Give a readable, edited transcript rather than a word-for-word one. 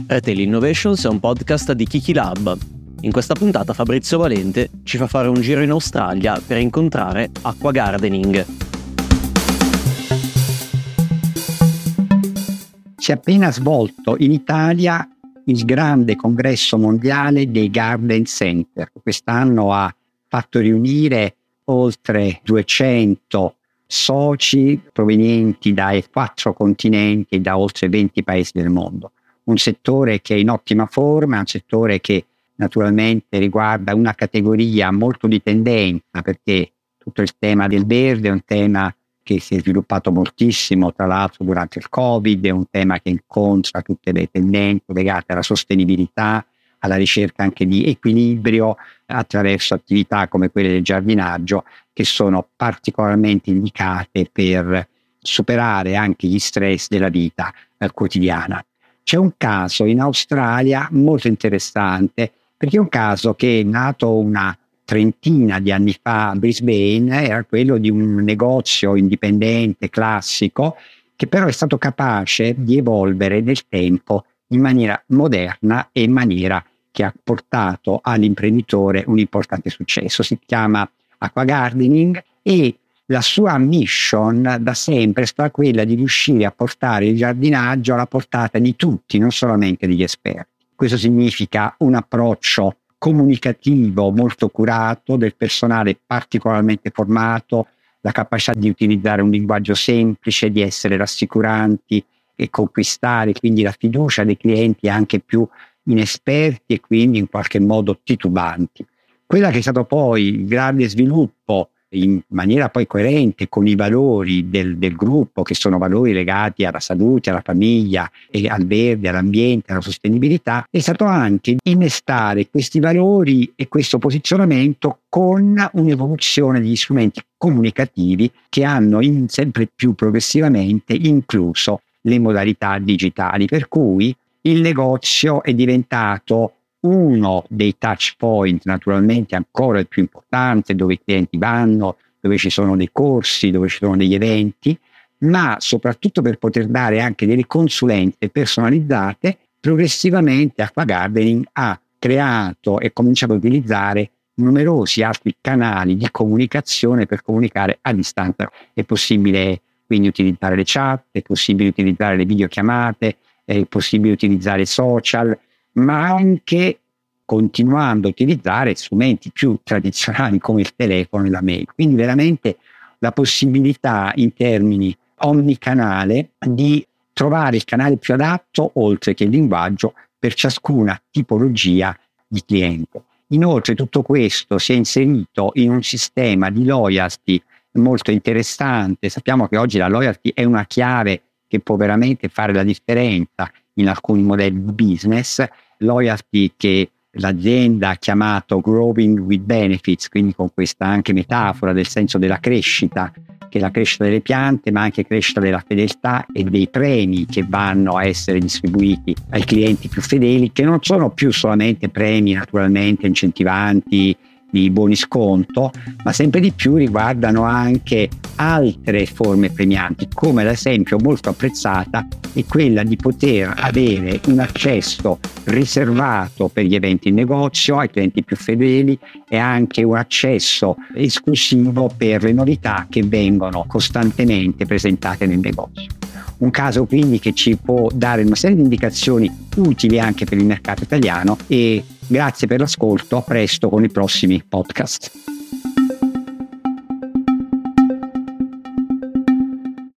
Retail Innovations è un podcast di Kiki Lab. In questa puntata Fabrizio Valente ci fa fare un giro in Australia per incontrare Aqua Gardening. Si è appena svolto in Italia il grande congresso mondiale dei Garden Center. Quest'anno ha fatto riunire oltre 200 soci provenienti dai 4 continenti e da oltre 20 paesi del mondo. Un settore che è in ottima forma, un settore che naturalmente riguarda una categoria molto di tendenza, perché tutto il tema del verde è un tema che si è sviluppato moltissimo, tra l'altro durante il Covid, è un tema che incontra tutte le tendenze legate alla sostenibilità, alla ricerca anche di equilibrio attraverso attività come quelle del giardinaggio, che sono particolarmente indicate per superare anche gli stress della vita quotidiana. C'è un caso in Australia molto interessante, perché è un caso che è nato una trentina di anni fa a Brisbane, era quello di un negozio indipendente classico che però è stato capace di evolvere nel tempo in maniera moderna e in maniera che ha portato all'imprenditore un importante successo. Si chiama Aqua Gardening e la sua mission da sempre è stata quella di riuscire a portare il giardinaggio alla portata di tutti, non solamente degli esperti. Questo significa un approccio comunicativo molto curato, del personale particolarmente formato, la capacità di utilizzare un linguaggio semplice, di essere rassicuranti e conquistare quindi la fiducia dei clienti anche più inesperti e quindi in qualche modo titubanti. Quella che è stato poi il grande sviluppo in maniera poi coerente con i valori del gruppo, che sono valori legati alla salute, alla famiglia e al verde, all'ambiente, alla sostenibilità, è stato anche innestare questi valori e questo posizionamento con un'evoluzione degli strumenti comunicativi che hanno sempre più progressivamente incluso le modalità digitali, per cui il negozio è diventato uno dei touch point, naturalmente ancora il più importante, dove i clienti vanno, dove ci sono dei corsi, dove ci sono degli eventi, ma soprattutto per poter dare anche delle consulenze personalizzate. Progressivamente Aqua Gardening ha creato e cominciato a utilizzare numerosi altri canali di comunicazione per comunicare a distanza. È possibile quindi utilizzare le chat, è possibile utilizzare le videochiamate, è possibile utilizzare social, ma anche continuando a utilizzare strumenti più tradizionali come il telefono e la mail. Quindi veramente la possibilità in termini omnicanale di trovare il canale più adatto oltre che il linguaggio per ciascuna tipologia di cliente. Inoltre tutto questo si è inserito in un sistema di loyalty molto interessante. Sappiamo che oggi la loyalty è una chiave che può veramente fare la differenza in alcuni modelli di business, loyalty che l'azienda ha chiamato growing with benefits, quindi con questa anche metafora del senso della crescita, che è la crescita delle piante, ma anche crescita della fedeltà e dei premi che vanno a essere distribuiti ai clienti più fedeli, che non sono più solamente premi naturalmente incentivanti di buoni sconto, ma sempre di più riguardano anche altre forme premianti, come ad esempio molto apprezzata è quella di poter avere un accesso riservato per gli eventi in negozio ai clienti più fedeli e anche un accesso esclusivo per le novità che vengono costantemente presentate nel negozio. Un caso quindi che ci può dare una serie di indicazioni utili anche per il mercato italiano, e grazie per l'ascolto, a presto con i prossimi podcast.